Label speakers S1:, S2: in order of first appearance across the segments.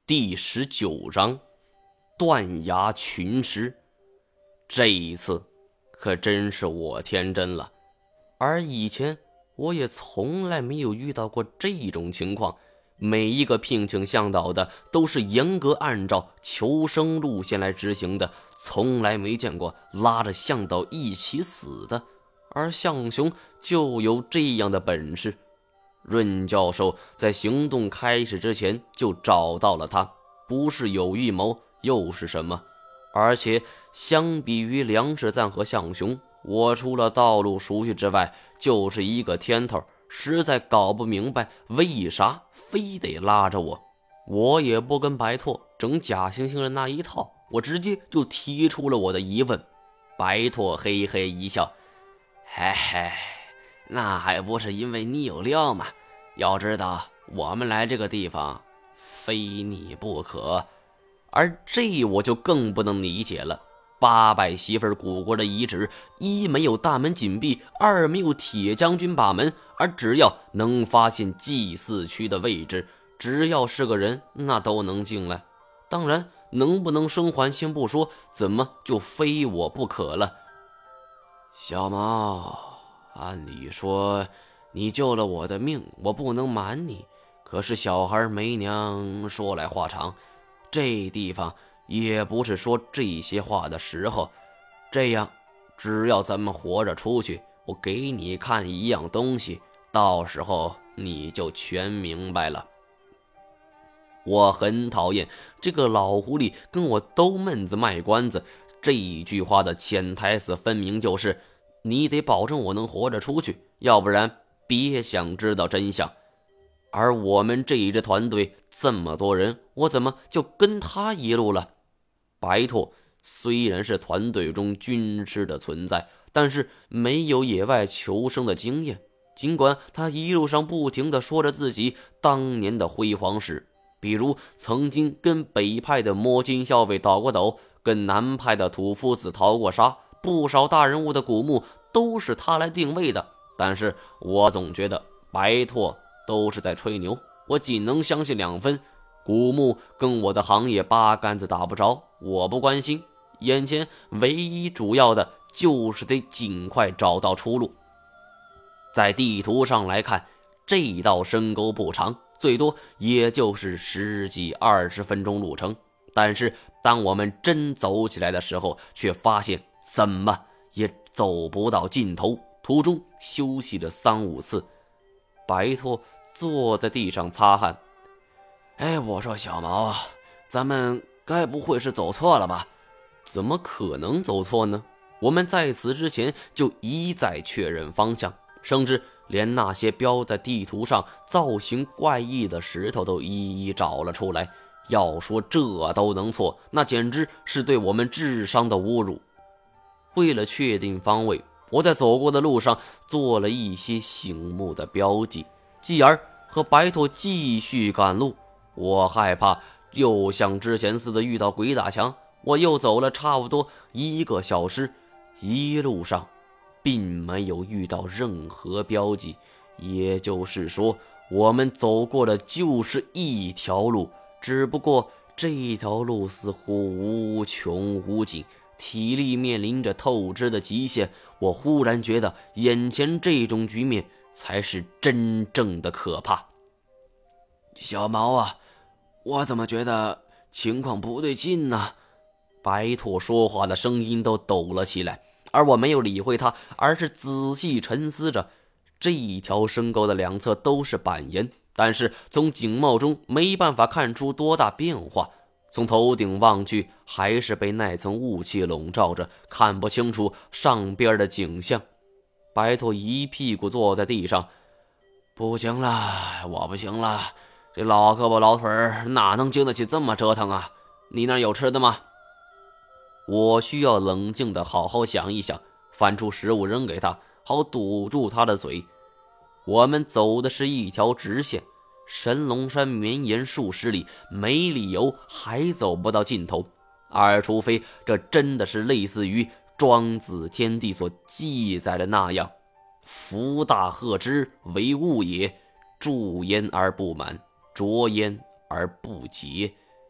S1: 第19章断崖群尸。这一次可真是我天真了，而以前我也从来没有遇到过这种情况。每一个聘请向导的都是严格按照求生路线来执行的，从来没见过拉着向导一起死的。而向雄就有这样的本事。润教授在行动开始之前就找到了他，不是有预谋又是什么？而且相比于梁世赞和向雄，我除了道路熟悉之外就是一个天头，实在搞不明白为啥非得拉着我。我也不跟白拓整假惺惺的那一套，我直接就提出了我的疑问。白拓嘿嘿一笑，嘿嘿，那还不是因为你有料嘛。要知道我们来这个地方非你不可。而这我就更不能理解了。800媳妇古国的遗址，一没有大门紧闭，二没有铁将军把门，而只要能发现祭祀区的位置，只要是个人那都能进来。当然能不能生还先不说，怎么就非我不可了？小毛，按理说你救了我的命，我不能瞒你，可是小孩没娘，说来话长，这地方也不是说这些话的时候。这样，只要咱们活着出去，我给你看一样东西，到时候你就全明白了。我很讨厌这个老狐狸跟我兜闷子卖关子，这一句话的潜台词分明就是你得保证我能活着出去，要不然别想知道真相。而我们这一支团队这么多人，我怎么就跟他一路了？白拓虽然是团队中军师的存在，但是没有野外求生的经验。尽管他一路上不停地说着自己当年的辉煌史，比如曾经跟北派的摸金校尉倒过斗，跟南派的土夫子逃过杀，不少大人物的古墓都是他来定位的。但是我总觉得白拓都是在吹牛，我仅能相信2分。古墓跟我的行业八竿子打不着，我不关心。眼前唯一主要的就是得尽快找到出路。在地图上来看，这道深沟不长，最多也就是10几20分钟路程。但是当我们真走起来的时候，却发现怎么也走不到尽头，途中休息了3、5次。白拓坐在地上擦汗，我说小毛啊，咱们该不会是走错了吧？怎么可能走错呢？我们在此之前就一再确认方向，甚至连那些标在地图上造型怪异的石头都一一找了出来。要说这都能错，那简直是对我们智商的侮辱。为了确定方位，我在走过的路上做了一些醒目的标记，继而和白拓继续赶路。我害怕又像之前似的遇到鬼打墙，我又走了差不多1个小时，一路上并没有遇到任何标记，也就是说我们走过的就是一条路，只不过这条路似乎无穷无尽，体力面临着透支的极限。我忽然觉得眼前这种局面才是真正的可怕。小毛啊，我怎么觉得情况不对劲呢？白拓说话的声音都抖了起来，而我没有理会他，而是仔细沉思着。这一条深沟的2侧都是板岩，但是从景貌中没办法看出多大变化，从头顶望去还是被那层雾气笼罩着，看不清楚上边的景象。白拓一屁股坐在地上，不行了，我不行了，这老胳膊老腿哪能经得起这么折腾啊？你那儿有吃的吗？我需要冷静的好好想一想，翻出食物扔给他，好堵住他的嘴。我们走的是一条直线，神龙山绵延数十里，没理由还走不到尽头，而除非这真的是类似于庄子天地所记载的那样，夫大贺之为物也，助焉而不满，浊焉而不竭。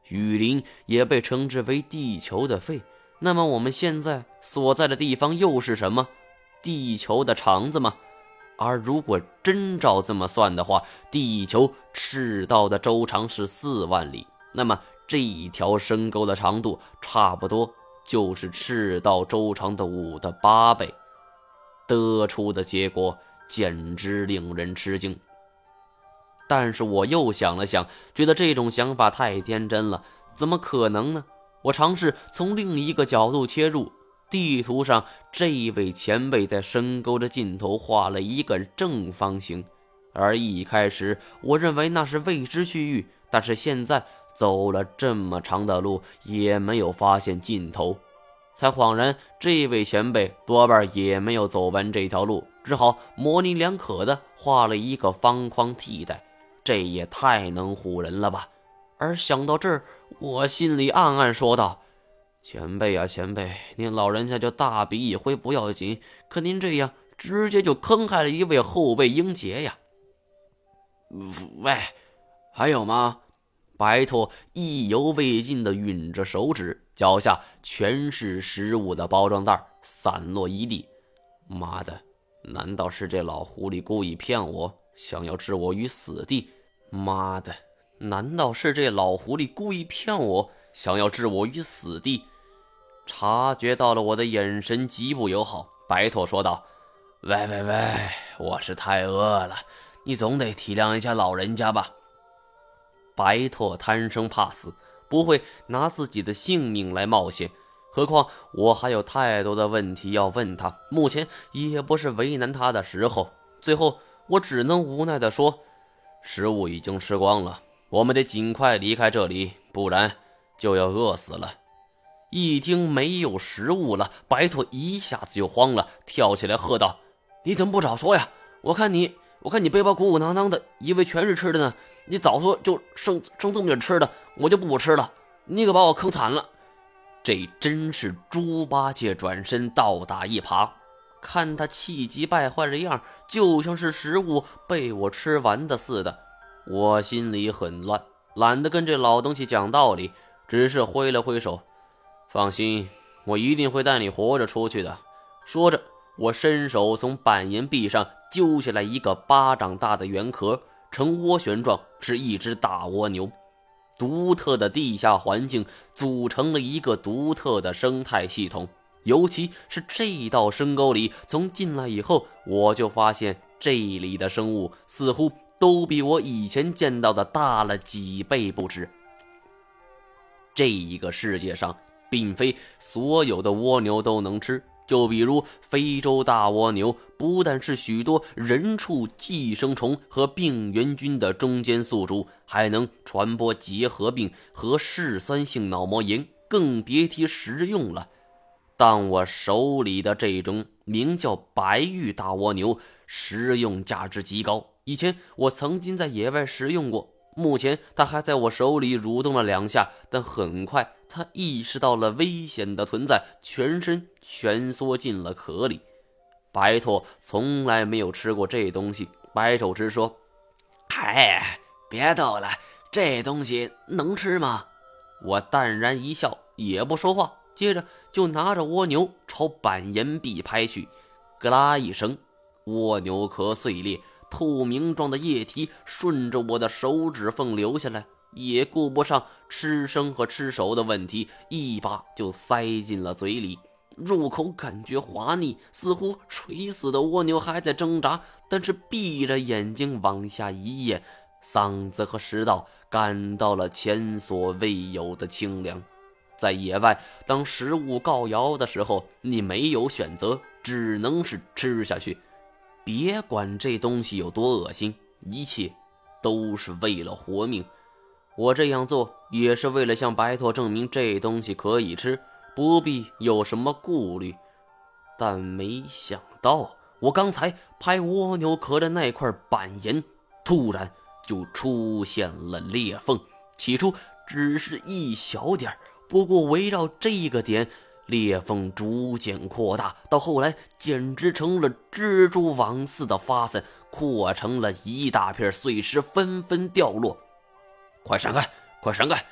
S1: 雨林也被称之为地球的肺。那么我们现在所在的地方又是什么？地球的肠子吗？而如果真照这么算的话，地球赤道的周长是4万里，那么这一条深沟的长度差不多就是赤道周长的5的8倍。得出的结果简直令人吃惊。但是我又想了想，觉得这种想法太天真了，怎么可能呢？我尝试从另一个角度切入，地图上这位前辈在深沟的尽头画了一个正方形，而一开始我认为那是未知区域，但是现在走了这么长的路也没有发现尽头，才恍然这位前辈多半也没有走完这条路，只好模棱两可的画了一个方框替代，这也太能唬人了吧。而想到这儿，我心里暗暗说道：前辈啊前辈，您老人家就大笔一挥不要紧，可您这样直接就坑害了一位后辈英杰呀。
S2: 喂，还有吗？
S1: 白驼意犹未尽地吮着手指，脚下全是食物的包装袋散落一地。妈的，难道是这老狐狸故意骗我，想要置我于死地？妈的，难道是这老狐狸故意骗我，想要置我于死地？察觉到了我的眼神极不友好，白驼说道：喂，我是太饿了，你总得体谅一下老人家吧。白驼贪生怕死，不会拿自己的性命来冒险，何况我还有太多的问题要问他，目前也不是为难他的时候。最后我只能无奈地说，食物已经吃光了，我们得尽快离开这里，不然就要饿死了。一听没有食物了，白驼一下子就慌了，跳起来喝道：你怎么不早说呀？我看你背包鼓鼓囊囊的，以为全是吃的呢，你早说就剩这么点吃的，我就不吃了，你可把我坑惨了。这真是猪八戒转身倒打一耙，看他气急败坏的样，就像是食物被我吃完的似的。我心里很乱，懒得跟这老东西讲道理，只是挥了挥手：放心，我一定会带你活着出去的。说着，我伸手从板岩壁上揪下来一个巴掌大的圆壳，呈涡旋状，是一只大蜗牛。独特的地下环境组成了一个独特的生态系统，尤其是这道深沟里，从进来以后，我就发现这里的生物似乎都比我以前见到的大了几倍不止。这一个世界上并非所有的蜗牛都能吃，就比如非洲大蜗牛，不但是许多人畜寄生虫和病原菌的中间宿主，还能传播结核病和嗜酸性脑膜炎，更别提食用了。但我手里的这种名叫白玉大蜗牛，食用价值极高，以前我曾经在野外食用过。目前它还在我手里蠕动了2下，但很快它意识到了危险的存在，全身蜷缩进了壳里。白驼从来没有吃过这东西，摆手直说：嗨，别逗了，这东西能吃吗？我淡然一笑，也不说话，接着就拿着蜗牛朝板岩壁拍去。咯啦一声，蜗牛壳碎裂，透明状的液体顺着我的手指缝流下来，也顾不上吃生和吃熟的问题，一把就塞进了嘴里。入口感觉滑腻，似乎垂死的蜗牛还在挣扎，但是闭着眼睛往下一咽，嗓子和食道感到了前所未有的清凉。在野外，当食物告罄的时候，你没有选择，只能是吃下去。别管这东西有多恶心，一切都是为了活命。我这样做也是为了向白驼证明这东西可以吃，不必有什么顾虑。但没想到，我刚才拍蜗牛壳的那块板岩突然就出现了裂缝，起初只是一小点，不过围绕这个点，裂缝逐渐扩大，到后来简直成了蜘蛛网似的发散，扩成了一大片碎石，纷纷掉落。快闪开，快闪开！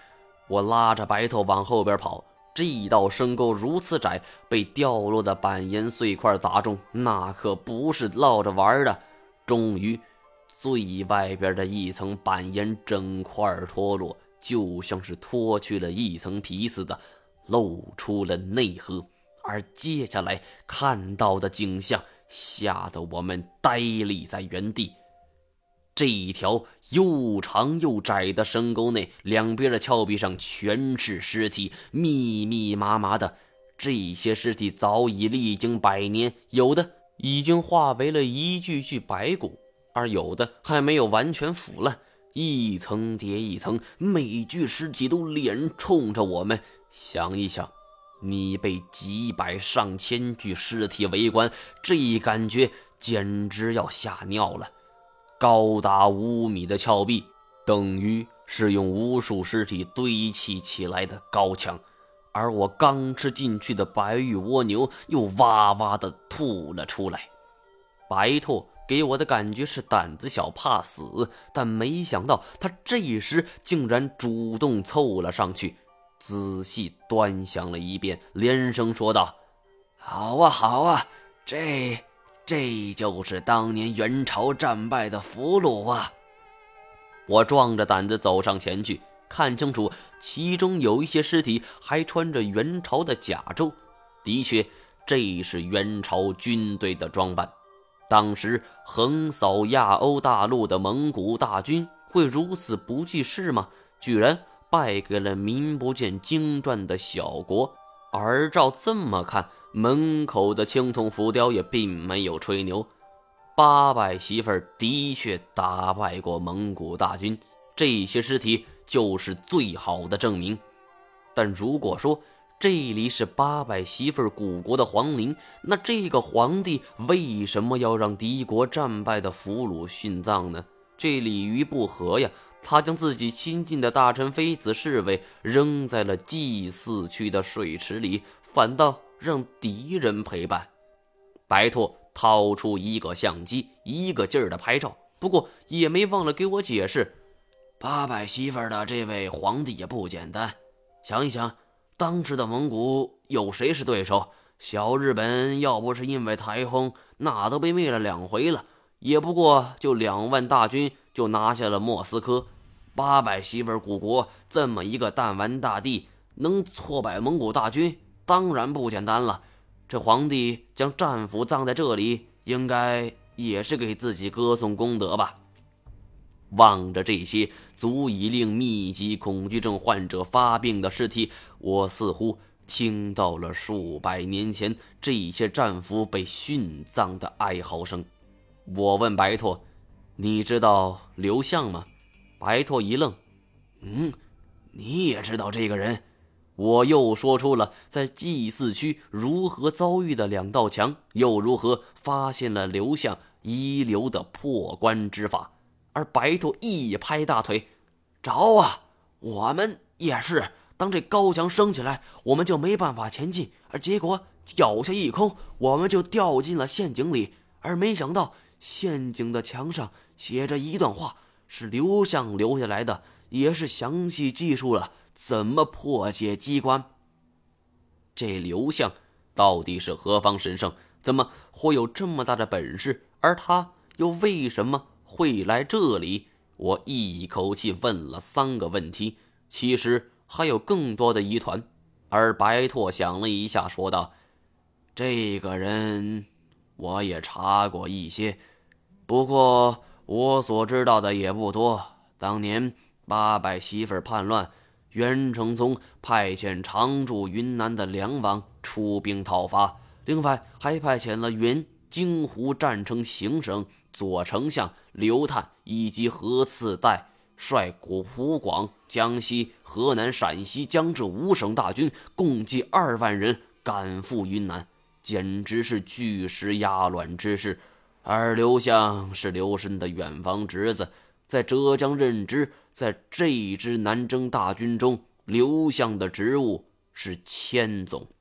S1: 我拉着白头往后边跑，这道深沟如此窄，被掉落的板岩碎块砸中，那可不是闹着玩的。终于最外边的一层板岩整块脱落，就像是脱去了一层皮似的，露出了内核。而接下来看到的景象吓得我们呆立在原地。这一条又长又窄的深沟内，两边的峭壁上全是尸体，密密麻麻的。这些尸体早已历经100年，有的已经化为了一具具白骨，而有的还没有完全腐烂，一层叠一层，每具尸体都脸冲着我们。想一想，你被几百上千具尸体围观，这感觉简直要吓尿了。高达5米的峭壁，等于是用无数尸体堆砌起来的高墙，而我刚吃进去的白玉蜗牛又哇哇地吐了出来。白拓给我的感觉是胆子小怕死，但没想到他这时竟然主动凑了上去，仔细端详了一遍，连声说道：“
S2: 好啊好啊，这就是当年元朝战败的俘虏啊！”
S1: 我壮着胆子走上前去，看清楚，其中有一些尸体还穿着元朝的甲胄，的确，这是元朝军队的装扮。当时横扫亚欧大陆的蒙古大军会如此不济事吗？居然败给了名不见经传的小国。而照这么看，门口的青铜浮雕也并没有吹牛。800媳妇的确打败过蒙古大军，这些尸体就是最好的证明。但如果说这里是800媳妇古国的皇陵，那这个皇帝为什么要让敌国战败的俘虏殉葬呢？这礼于不合呀！他将自己亲近的大臣妃子侍卫扔在了祭祀区的水池里，反倒让敌人陪伴。白拓掏出一个相机，一个劲儿的拍照，不过也没忘了给我解释
S2: ，800媳妇的这位皇帝也不简单。想一想，当时的蒙古有谁是对手？小日本要不是因为台风，那都被灭了2回了，也不过就2万大军就拿下了莫斯科。800媳妇古国这么一个弹丸大地，能挫败蒙古大军，当然不简单了。这皇帝将战俘葬在这里，应该也是给自己歌颂功德吧。望着这些足以令密集恐惧症患者发病的尸体，我似乎听到了数百年前这些战俘被殉葬的哀嚎声。我问白拓：“你知道刘向吗？”白拓一愣：“ 你也知道这个人？”
S1: 我又说出了在祭祀区如何遭遇的2道墙，又如何发现了刘向遗留的破关之法。而白拓一拍大腿：“
S2: 着啊！我们也是，当这高墙升起来，我们就没办法前进，而结果脚下一空，我们就掉进了陷阱里。而没想到陷阱的墙上写着一段话，是刘向留下来的，也是详细记述了怎么破解机关。
S1: 这刘向到底是何方神圣？怎么会有这么大的本事？而他又为什么会来这里？我一口气问了3个问题，其实还有更多的疑团。而白拓想了一下，说道：“
S2: 这个人我也查过一些，不过我所知道的也不多。当年800媳妇叛乱，袁承宗派遣常驻云南的梁王出兵讨伐，另外还派遣了原京湖战城行省左丞相刘探以及何次代率湖广、江西、河南、陕西、江浙5省大军，共计2万人赶赴云南，简直是巨石压卵之势。而刘向是刘申的远房侄子，在浙江任职。在这支南征大军中，刘向的职务是千总。